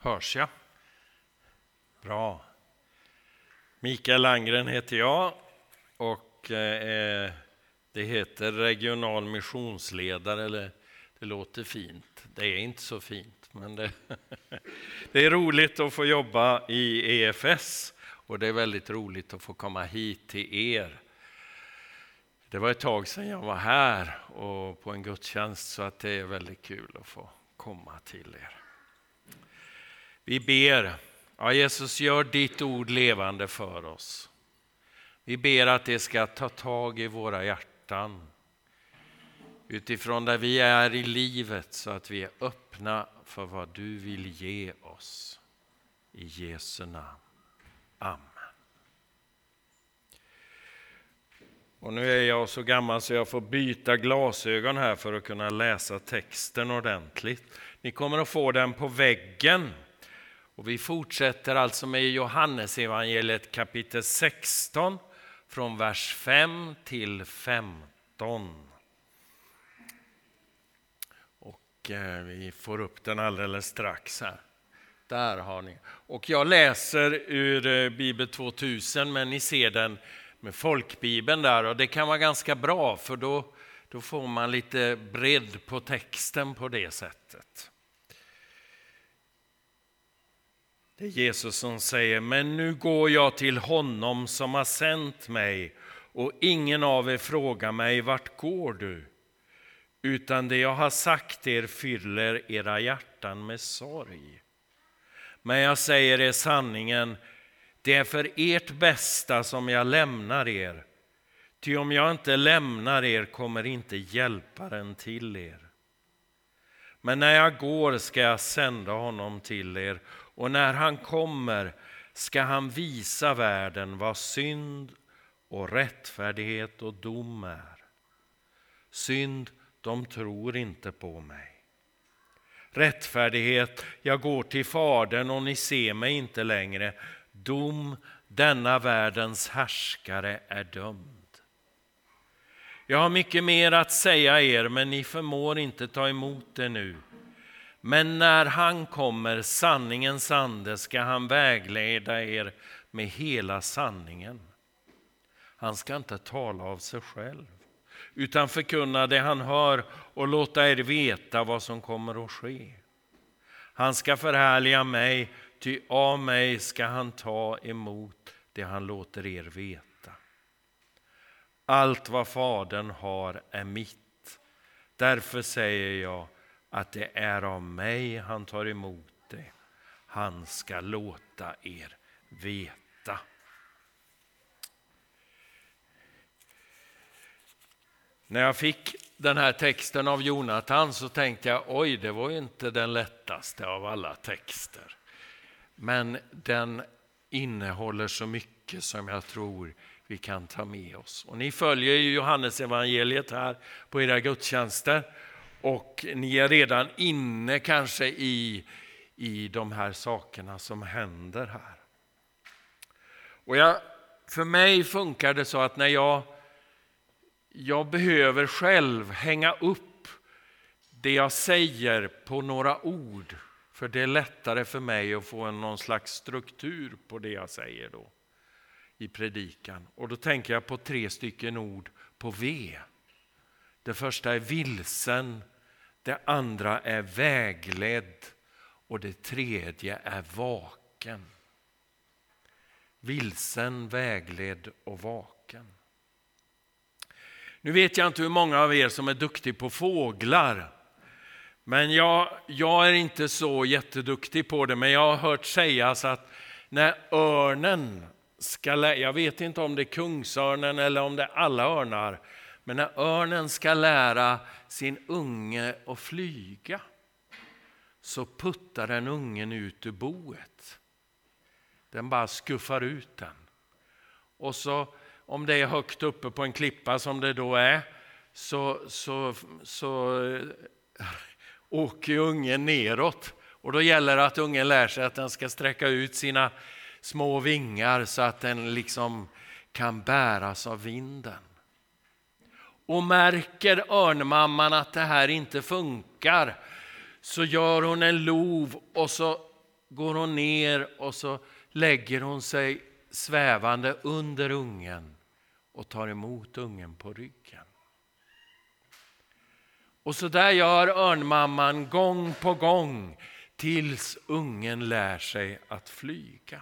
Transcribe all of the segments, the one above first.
Hörs jag? Bra. Mikael Landgren heter jag och det heter regional missionsledare. Eller, det låter fint. Det är inte så fint, men det är roligt att få jobba i EFS och det är väldigt roligt att få komma hit till er. Det var ett tag sedan jag var här och på en gudstjänst, så att det är väldigt kul att få komma till er. Vi ber, ja, Jesus, gör ditt ord levande för oss. Vi ber att det ska ta tag i våra hjärtan utifrån där vi är i livet, så att vi är öppna för vad du vill ge oss. I Jesu namn. Amen. Och nu är jag så gammal så jag får byta glasögon här för att kunna läsa texten ordentligt. Ni kommer att få den på väggen. Och vi fortsätter alltså med Johannes evangeliet kapitel 16 från vers 5 till 15. Och vi får upp den alldeles strax här. Där har ni. Och jag läser ur Bibel 2000, men ni ser den med folkbibeln där, och det kan vara ganska bra, för då får man lite bredd på texten på det sättet. Det är Jesus som säger: men nu går jag till honom som har sänt mig, och ingen av er frågar mig, vart går du? Utan det jag har sagt er fyller era hjärtan med sorg. Men jag säger er sanningen, det är för ert bästa som jag lämnar er. Ty om jag inte lämnar er kommer inte hjälparen till er. Men när jag går ska jag sända honom till er, och när han kommer ska han visa världen vad synd och rättfärdighet och dom är. Synd, de tror inte på mig. Rättfärdighet, jag går till Fadern och ni ser mig inte längre. Dom, denna världens härskare är dömd. Jag har mycket mer att säga er, men ni förmår inte ta emot det nu. Men när han kommer, sanningens ande, ska han vägleda er med hela sanningen. Han ska inte tala av sig själv, utan förkunna det han hör och låta er veta vad som kommer att ske. Han ska förhärliga mig, ty av mig ska han ta emot det han låter er veta. Allt vad Fadern har är mitt. Därför säger jag att det är av mig han tar emot det. Han ska låta er veta. När jag fick den här texten av Jonathan så tänkte jag, oj, det var ju inte den lättaste av alla texter. Men den innehåller så mycket som jag tror vi kan ta med oss. Och ni följer ju Johannes evangeliet här på era gudstjänster. Och ni är redan inne kanske i de här sakerna som händer här. Och för mig funkar det så att när jag behöver själv hänga upp det jag säger på några ord. För det är lättare för mig att få någon slags struktur på det jag säger då i predikan. Och då tänker jag på 3 stycken ord på V. Det första är vilsen, det andra är vägledd och det tredje är vaken. Vilsen, vägledd och vaken. Nu vet jag inte hur många av er som är duktiga på fåglar. Men jag är inte så jätteduktig på det. Men jag har hört sägas att när örnen ska jag vet inte om det är kungsörnen eller om det är alla örnar. Men när örnen ska lära sin unge att flyga, så puttar den ungen ut ur boet. Den bara skuffar ut den. Och så, om det är högt uppe på en klippa som det då är, så åker ungen neråt. Och då gäller det att ungen lär sig att den ska sträcka ut sina små vingar så att den liksom kan bäras av vinden. Och märker örnmamman att det här inte funkar, så gör hon en lov och så går hon ner och så lägger hon sig svävande under ungen och tar emot ungen på ryggen. Och så där gör örnmamman gång på gång tills ungen lär sig att flyga.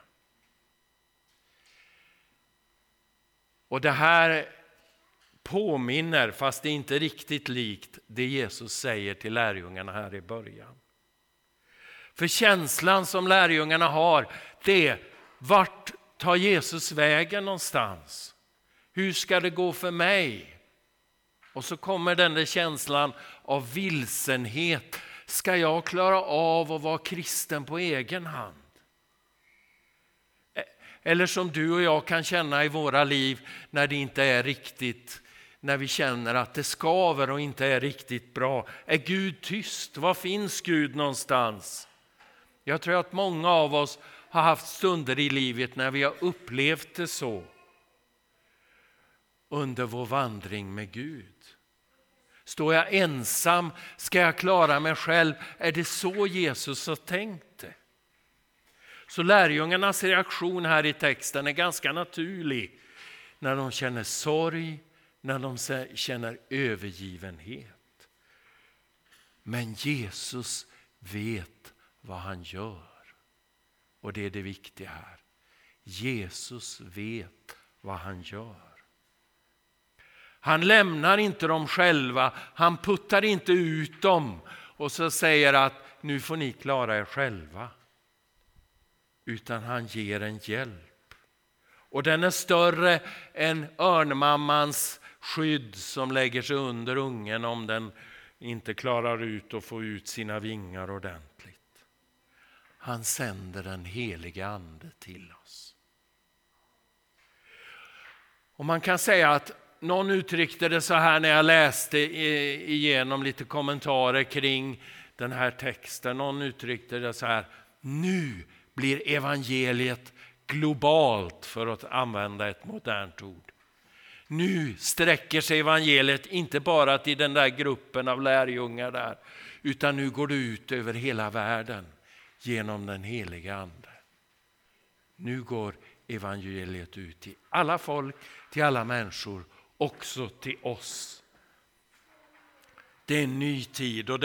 Och det här påminner, fast det är inte riktigt likt, det Jesus säger till lärjungarna här i början. För känslan som lärjungarna har, det är: vart tar Jesus vägen någonstans? Hur ska det gå för mig? Och så kommer den där känslan av vilsenhet. Ska jag klara av att vara kristen på egen hand? Eller som du och jag kan känna i våra liv när det inte är riktigt, när vi känner att det skaver och inte är riktigt bra. Är Gud tyst? Var finns Gud någonstans? Jag tror att många av oss har haft stunder i livet när vi har upplevt det så under vår vandring med Gud. Står jag ensam? Ska jag klara mig själv? Är det så Jesus har tänkt det? Så lärjungarnas reaktion här i texten är ganska naturlig när de känner sorg, när de känner övergivenhet. Men Jesus vet vad han gör. Och det är det viktiga här. Jesus vet vad han gör. Han lämnar inte dem själva. Han puttar inte ut dem och så säger att nu får ni klara er själva. Utan han ger en hjälp. Och den är större än örnmammans skydd som lägger sig under ungen om den inte klarar ut att få ut sina vingar ordentligt. Han sänder den heliga ande till oss. Och man kan säga att någon uttryckte det så här när jag läste igenom lite kommentarer kring den här texten. Någon uttryckte det så här: nu blir evangeliet globalt, för att använda ett modernt ord. Nu sträcker sig evangeliet inte bara till den där gruppen av lärjungar där, utan nu går det ut över hela världen genom den heliga ande. Nu går evangeliet ut till alla folk, till alla människor, också till oss. Det är en ny tid, och det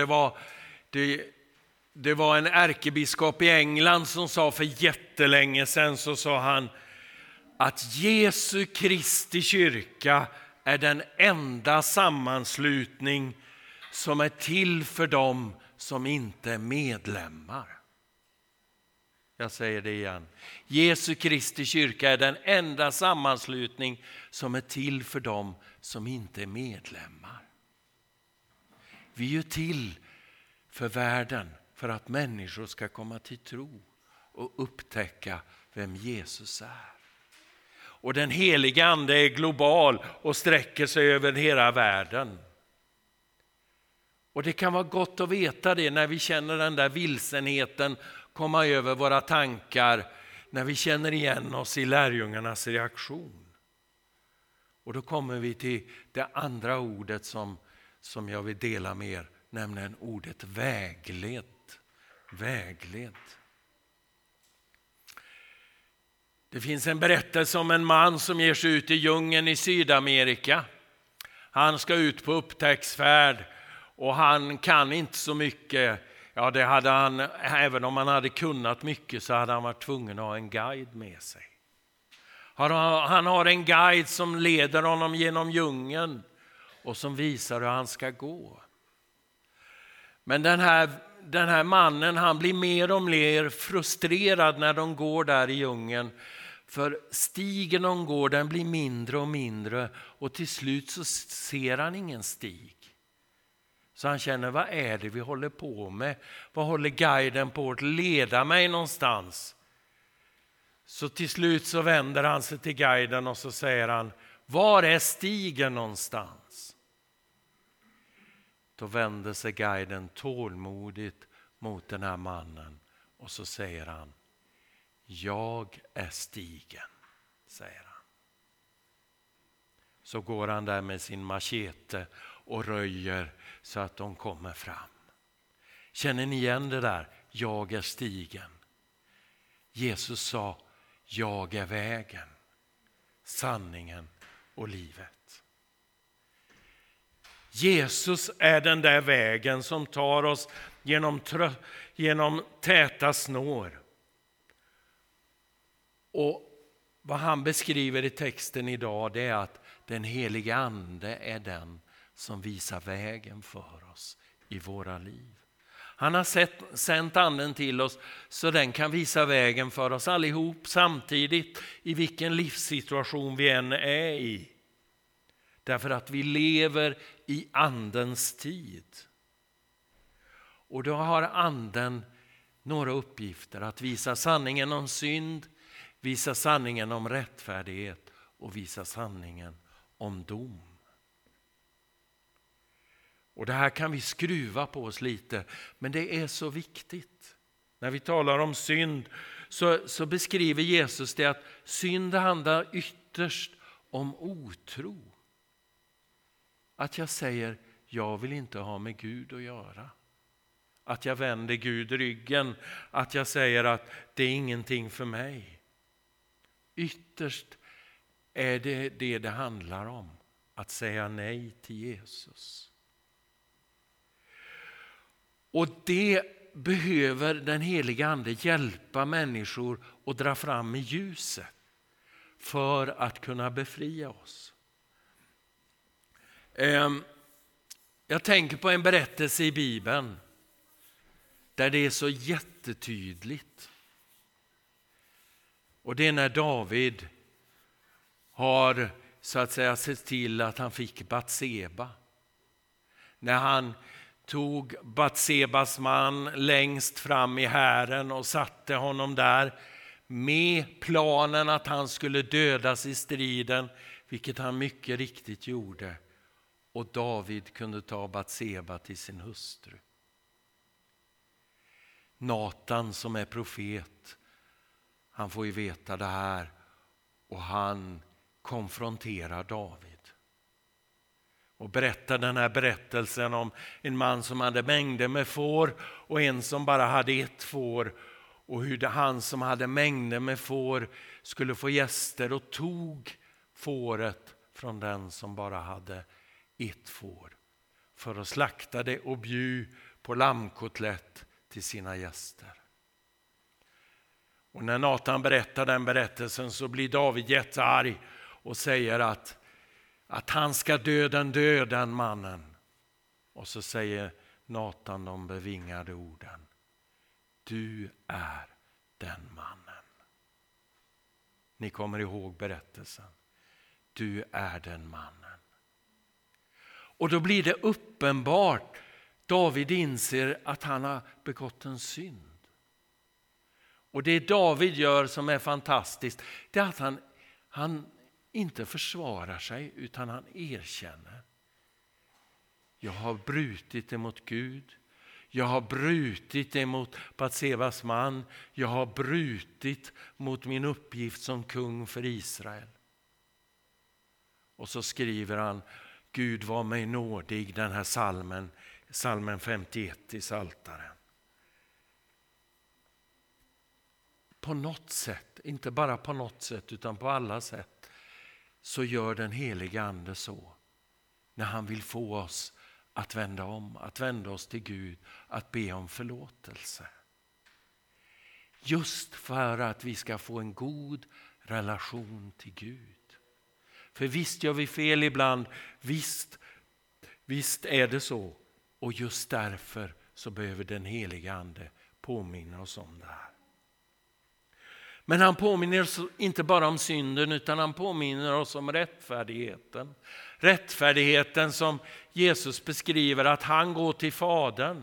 var en ärkebiskop i England som sa för jättelänge sedan, så sa han att Jesu Kristi kyrka är den enda sammanslutning som är till för dem som inte är medlemmar. Jag säger det igen. Jesu Kristi kyrka är den enda sammanslutning som är till för dem som inte är medlemmar. Vi är ju till för världen, för att människor ska komma till tro och upptäcka vem Jesus är. Och den heliga ande är global och sträcker sig över hela världen. Och det kan vara gott att veta det när vi känner den där vilsenheten komma över våra tankar, när vi känner igen oss i lärjungarnas reaktion. Och då kommer vi till det andra ordet som jag vill dela med er, nämligen ordet vägledd. Vägledd. Det finns en berättelse om en man som ger sig ut i djungeln i Sydamerika. Han ska ut på upptäcktsfärd och han kan inte så mycket. Ja, det hade han, även om han hade kunnat mycket så hade han varit tvungen att ha en guide med sig. Han har en guide som leder honom genom djungeln och som visar hur han ska gå. Men den här mannen, han blir mer och mer frustrerad när de går där i djungeln. För stigen de går, den blir mindre och mindre och till slut så ser han ingen stig. Så han känner, vad är det vi håller på med? Vad håller guiden på att leda mig någonstans? Så till slut så vänder han sig till guiden och så säger han, var är stigen någonstans? Då vänder sig guiden tålmodigt mot den här mannen och så säger han, jag är stigen, säger han. Så går han där med sin machete och röjer så att de kommer fram. Känner ni igen det där? Jag är stigen. Jesus sa, jag är vägen, sanningen och livet. Jesus är den där vägen som tar oss genom täta snår. Och vad han beskriver i texten idag, det är att den heliga ande är den som visar vägen för oss i våra liv. Han har sänt anden till oss så den kan visa vägen för oss allihop samtidigt i vilken livssituation vi än är i. Därför att vi lever i andens tid. Och då har anden några uppgifter: att visa sanningen om synd, visa sanningen om rättfärdighet och visa sanningen om dom. Och det här kan vi skruva på oss lite, men det är så viktigt. När vi talar om synd så beskriver Jesus det att synd handlar ytterst om otro. Att jag säger, jag vill inte ha med Gud att göra. Att jag vänder Gud ryggen, att jag säger att det är ingenting för mig. Ytterst är det handlar om, att säga nej till Jesus. Och det behöver den heliga ande hjälpa människor att dra fram i ljuset för att kunna befria oss. Jag tänker på en berättelse i Bibeln där det är så jättetydligt. Och det är när David har så att säga sett till att han fick Batseba. När han tog Batsebas man längst fram i hären och satte honom där med planen att han skulle dödas i striden, vilket han mycket riktigt gjorde. Och David kunde ta Batseba till sin hustru. Natan som är profet, han får ju veta det här och han konfronterar David. Och berättar den här berättelsen om en man som hade mängder med får och en som bara hade ett får. Och hur han som hade mängder med får skulle få gäster och tog fåret från den som bara hade ett får. För att slakta det och bjuda på lammkotlett till sina gäster. Och när Natan berättar den berättelsen så blir David jättearg och säger att han ska döda den mannen. Och så säger Natan de bevingade orden: du är den mannen. Ni kommer ihåg berättelsen. Du är den mannen. Och då blir det uppenbart. David inser att han har begått en synd. Och det David gör som är fantastiskt, det är att han inte försvarar sig utan han erkänner. Jag har brutit emot Gud. Jag har brutit emot Batsebas man. Jag har brutit mot min uppgift som kung för Israel. Och så skriver han: Gud var mig nådig, den här salmen 51 i Psaltaren. På något sätt, inte bara på något sätt utan på alla sätt, så gör den heliga ande så. När han vill få oss att vända om, att vända oss till Gud, att be om förlåtelse. Just för att vi ska få en god relation till Gud. För visst gör vi fel ibland, visst är det så. Och just därför så behöver den heliga ande påminna oss om det här. Men han påminner oss inte bara om synden utan han påminner oss om rättfärdigheten. Rättfärdigheten som Jesus beskriver att han går till Fadern.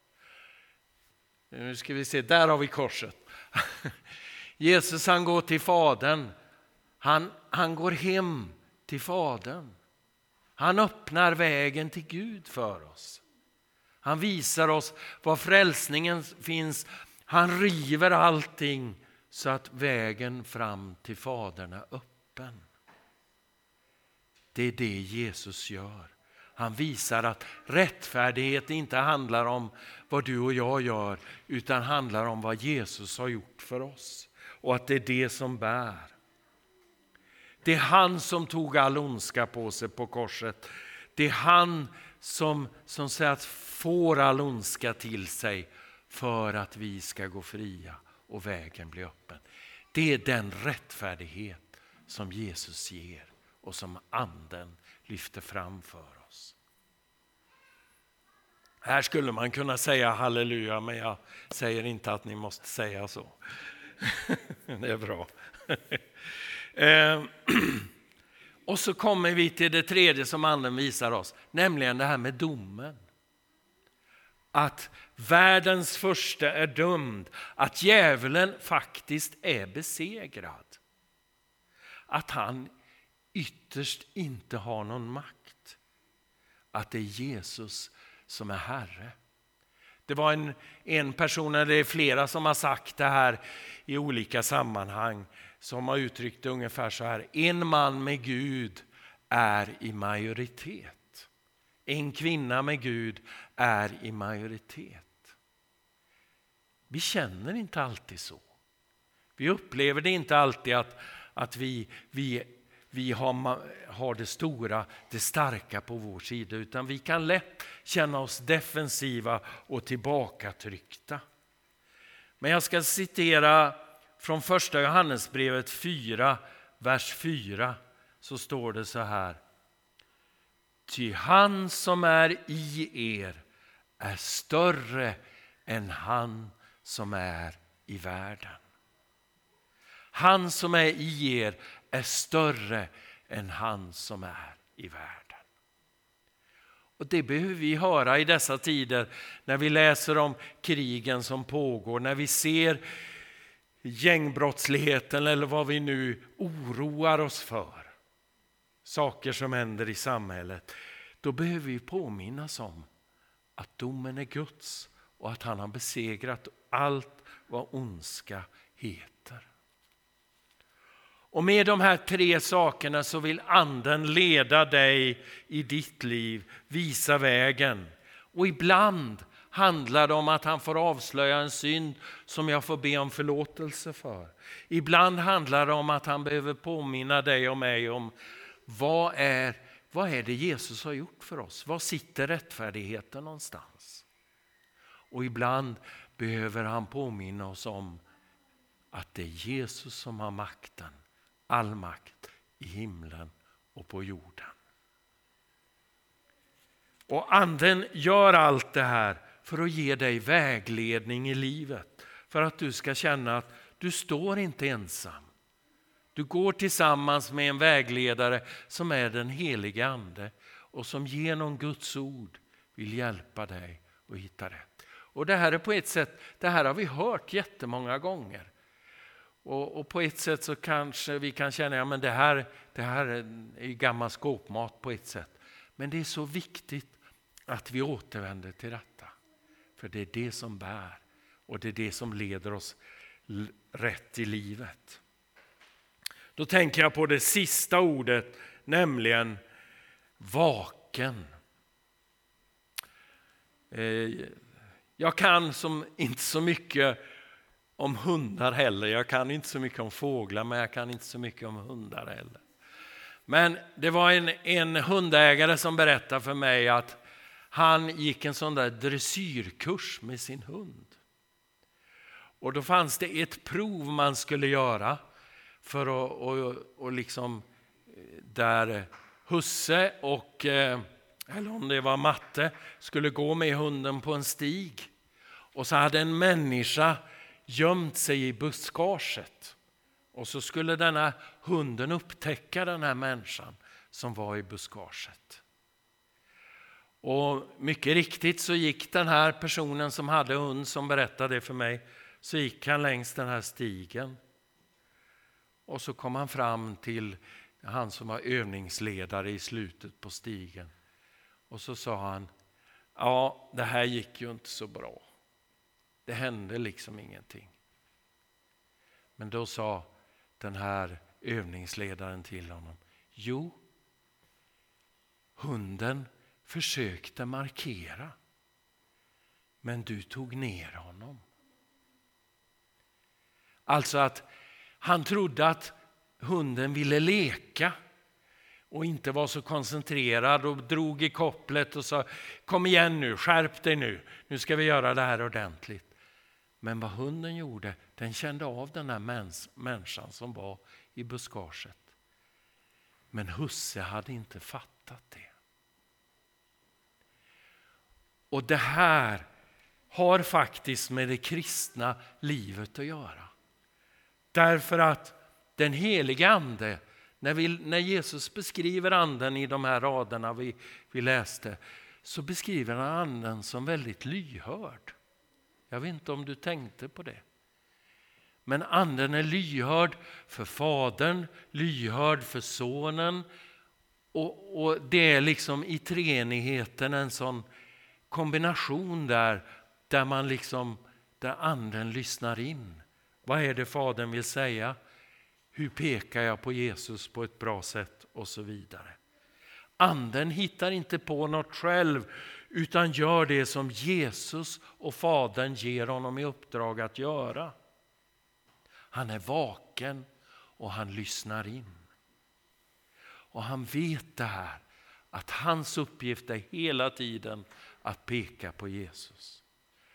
Nu ska vi se, där har vi korset. Jesus han går till Fadern. Han går hem till Fadern. Han öppnar vägen till Gud för oss. Han visar oss var frälsningen finns. Han river allting så att vägen fram till Fadern är öppen. Det är det Jesus gör. Han visar att rättfärdighet inte handlar om vad du och jag gör utan handlar om vad Jesus har gjort för oss. och att det är det som bär. Det är han som tog all ondska på sig på korset. Det är han som säger att får all ondska till sig för att vi ska gå fria och vägen blir öppen. Det är den rättfärdighet som Jesus ger och som anden lyfter fram för oss. Här skulle man kunna säga halleluja, men jag säger inte att ni måste säga så. Det är bra. Och så kommer vi till det tredje som anden visar oss, nämligen det här med domen. Att världens första är dömd, att djävulen faktiskt är besegrad. Att han ytterst inte har någon makt. Att det är Jesus som är Herre. Det var en person, eller det är flera som har sagt det här i olika sammanhang, som har uttryckt det ungefär så här: en man med Gud är i majoritet. En kvinna med Gud är i majoritet. Vi känner inte alltid så. Vi upplever det inte alltid att vi har det stora, det starka på vår sida, utan vi kan lätt känna oss defensiva och tillbakatryckta. Men jag ska citera från första Johannesbrevet 4, vers 4, så står det så här: ty han som är i er är större än han som är i världen. Han som är i er är större än han som är i världen. Och det behöver vi höra i dessa tider när vi läser om krigen som pågår, när vi ser gängbrottsligheten eller vad vi nu oroar oss för. Saker som händer i samhället. Då behöver vi påminnas om att domen är Guds och att han har besegrat allt vad ondska heter. Och med de här tre sakerna så vill anden leda dig i ditt liv, visa vägen. Och ibland handlar det om att han får avslöja en synd som jag får be om förlåtelse för. Ibland handlar det om att han behöver påminna dig och mig om vad är det Jesus har gjort för oss? Var sitter rättfärdigheten någonstans? Och ibland behöver han påminna oss om att det är Jesus som har makten. All makt i himlen och på jorden. Och anden gör allt det här för att ge dig vägledning i livet. För att du ska känna att du står inte ensam. Du går tillsammans med en vägledare som är den heliga ande. Och som genom Guds ord vill hjälpa dig att hitta rätt. Och det här är på ett sätt, det här har vi hört jättemånga gånger. Och på ett sätt så kanske vi kan känna att det här är gammal skåpmat på ett sätt. Men det är så viktigt att vi återvänder till detta. För det är det som bär och det är det som leder oss rätt i livet. Då tänker jag på det sista ordet, nämligen vaken. Jag kan inte så mycket om hundar heller. Jag kan inte så mycket om fåglar, men jag kan inte så mycket om hundar heller. Men det var en hundägare som berättade för mig att han gick en sån där dressyrkurs med sin hund. Och då fanns det ett prov man skulle göra för att liksom där husse och eller om det var matte skulle gå med hunden på en stig. Och så hade en människa gömt sig i buskaget. Och så skulle denna hunden upptäcka den här människan som var i buskaget. Och mycket riktigt så gick den här personen som hade hund, som berättade det för mig, så gick han längs den här stigen. Och så kom han fram till han som var övningsledare i slutet på stigen. Och så sa han: ja, det här gick ju inte så bra. Det hände liksom ingenting. Men då sa den här övningsledaren till honom: jo, hunden försökte markera, men du tog ner honom. Alltså att Han trodde att hunden ville leka och inte var så koncentrerad och drog i kopplet och sa: kom igen nu, skärp dig nu, nu ska vi göra det här ordentligt. Men vad hunden gjorde, den kände av den här människan som var i buskaget. Men husse hade inte fattat det. Och det här har faktiskt med det kristna livet att göra. Därför att den heliga ande, när Jesus beskriver anden i de här raderna vi läste, så beskriver han anden som väldigt lyhörd. Jag vet inte om du tänkte på det. Men anden är lyhörd för Fadern, lyhörd för Sonen. Och det är liksom i treenigheten en sån kombination där man liksom, där anden lyssnar in. Vad är det Fadern vill säga? Hur pekar jag på Jesus på ett bra sätt och så vidare. Anden hittar inte på något själv utan gör det som Jesus och Fadern ger honom i uppdrag att göra. Han är vaken och han lyssnar in. Och han vet det här, att hans uppgift är hela tiden att peka på Jesus.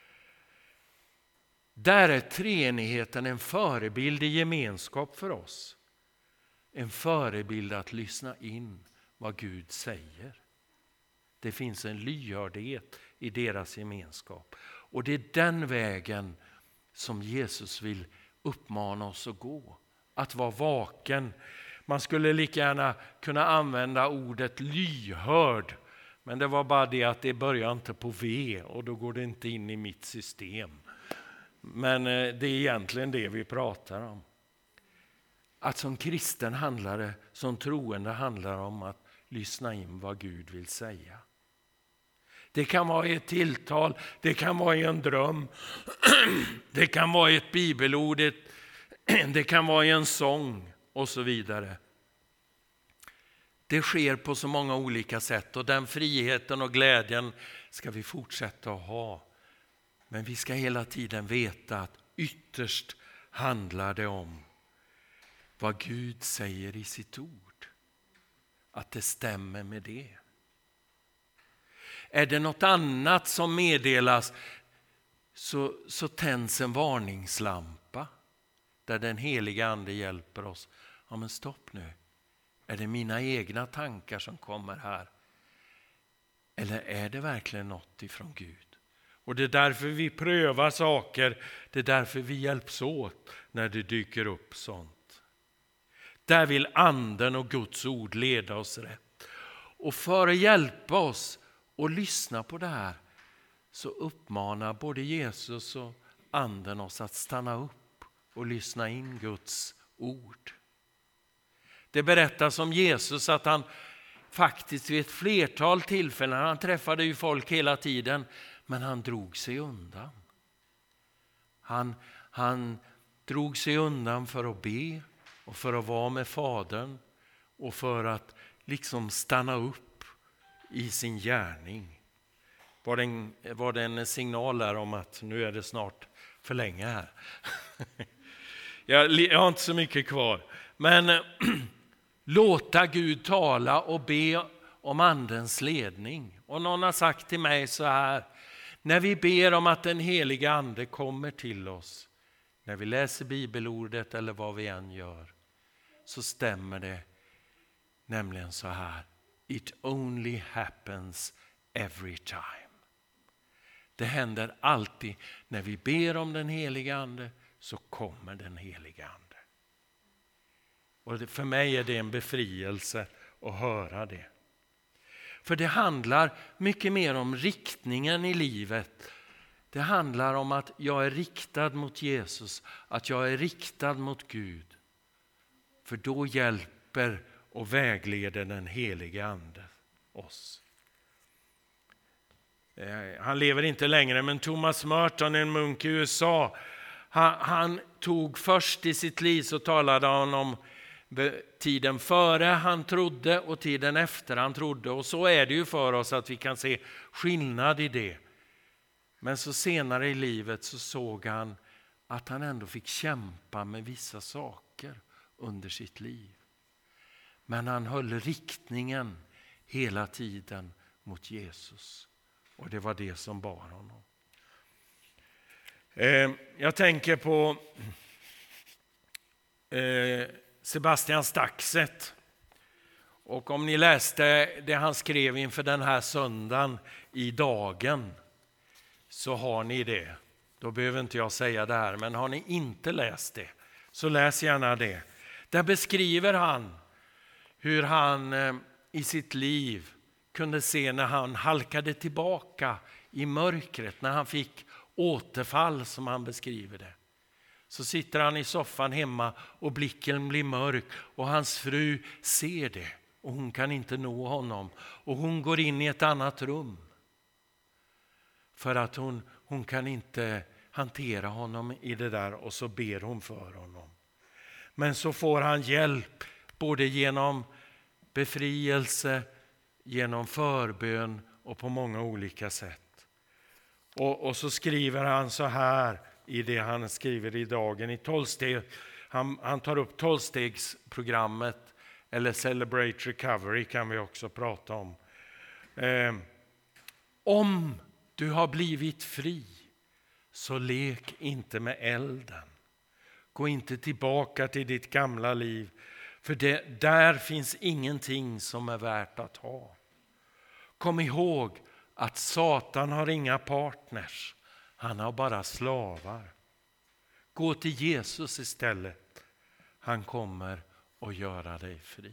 Där är treenigheten en förebild i gemenskap för oss. En förebild att lyssna in vad Gud säger. Det finns en lyhördhet i deras gemenskap. Och det är den vägen som Jesus vill uppmana oss att gå. Att vara vaken. Man skulle lika gärna kunna använda ordet lyhörd. Men det var bara det att det börjar inte på V och då går det inte in i mitt system. Men det är egentligen det vi pratar om. Att som kristen handlare, som troende handlar om att lyssna in vad Gud vill säga. Det kan vara i ett tilltal, det kan vara i en dröm, det kan vara i ett bibelord, det kan vara i en sång och så vidare. Det sker på så många olika sätt och den friheten och glädjen ska vi fortsätta att ha. Men vi ska hela tiden veta att ytterst handlar det om vad Gud säger i sitt ord. Att det stämmer med det. Är det något annat som meddelas så tänds en varningslampa där den heliga ande hjälper oss. Ja, men stopp nu. Är det mina egna tankar som kommer här? Eller är det verkligen något ifrån Gud? Och det är därför vi prövar saker. Det är därför vi hjälps åt när det dyker upp sånt. Där vill anden och Guds ord leda oss rätt. Och för att hjälpa oss att lyssna på det här så uppmanar både Jesus och anden oss att stanna upp och lyssna in Guds ord. Det berättas om Jesus att han faktiskt vid ett flertal tillfällen, han träffade ju folk hela tiden, men han drog sig undan. Han drog sig undan för att be och för att vara med Fadern och för att liksom stanna upp i sin gärning. Var det en signal där om att nu är det snart för länge här? Jag har inte så mycket kvar. Men låta Gud tala och be om andens ledning. Och någon har sagt till mig så här: när vi ber om att den heliga ande kommer till oss, när vi läser bibelordet eller vad vi än gör, så stämmer det nämligen så här: it only happens every time. Det händer alltid när vi ber om den heliga ande, så kommer den heliga ande. Och för mig är det en befrielse att höra det. För det handlar mycket mer om riktningen i livet. Det handlar om att jag är riktad mot Jesus, att jag är riktad mot Gud. För då hjälper och vägleder den helige ande oss. Han lever inte längre, men Thomas Merton, en munk i USA, han tog först i sitt liv så talade han om tiden före han trodde och tiden efter han trodde. Och så är det ju för oss att vi kan se skillnad i det. Men så senare i livet så såg han att han ändå fick kämpa med vissa saker. saker under sitt liv. Men han höll riktningen hela tiden mot Jesus. Och det var det som bar honom. Jag tänker på Sebastian Staxet. Och om ni läste det han skrev inför den här söndagen i Dagen, så har ni det. Då behöver inte jag säga det här, men har ni inte läst det, så läs gärna det. Där beskriver han hur han i sitt liv kunde se när han halkade tillbaka i mörkret, när han fick återfall som han beskriver det. Så sitter han i soffan hemma och blicken blir mörk och hans fru ser det och hon kan inte nå honom. Och hon går in i ett annat rum för att hon kan inte hantera honom i det där, och så ber hon för honom. Men så får han hjälp både genom befrielse, genom förbön och på många olika sätt. Och så skriver han så här i det han skriver i Dagen i 12-steg. Han tar upp 12-stegsprogrammet, eller Celebrate Recovery kan vi också prata om. Om du har blivit fri, så lek inte med elden. Gå inte tillbaka till ditt gamla liv, för där finns ingenting som är värt att ha. Kom ihåg att Satan har inga partners, han har bara slavar. Gå till Jesus istället, han kommer att göra dig fri.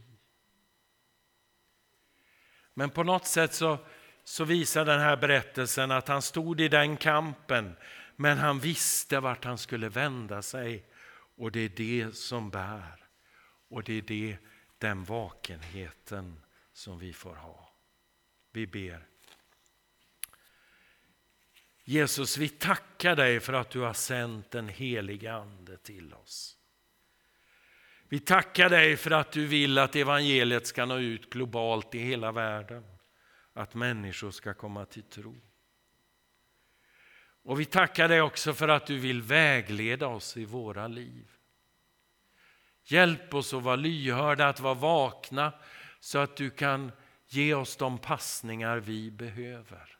Men på något sätt så visar den här berättelsen att han stod i den kampen, men han visste vart han skulle vända sig, och det är det som bär, och det är den vakenheten som vi får ha. Vi ber. Jesus, vi tackar dig för att du har sänt den heliga ande till oss. Vi tackar dig för att du vill att evangeliet ska nå ut globalt i hela världen. Att människor ska komma till tro. Och vi tackar dig också för att du vill vägleda oss i våra liv. Hjälp oss att vara lyhörda, att vara vakna, så att du kan ge oss de passningar vi behöver.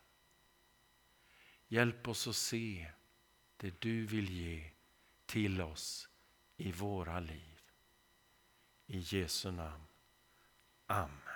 Hjälp oss att se det du vill ge till oss i våra liv. I Jesu namn. Amen.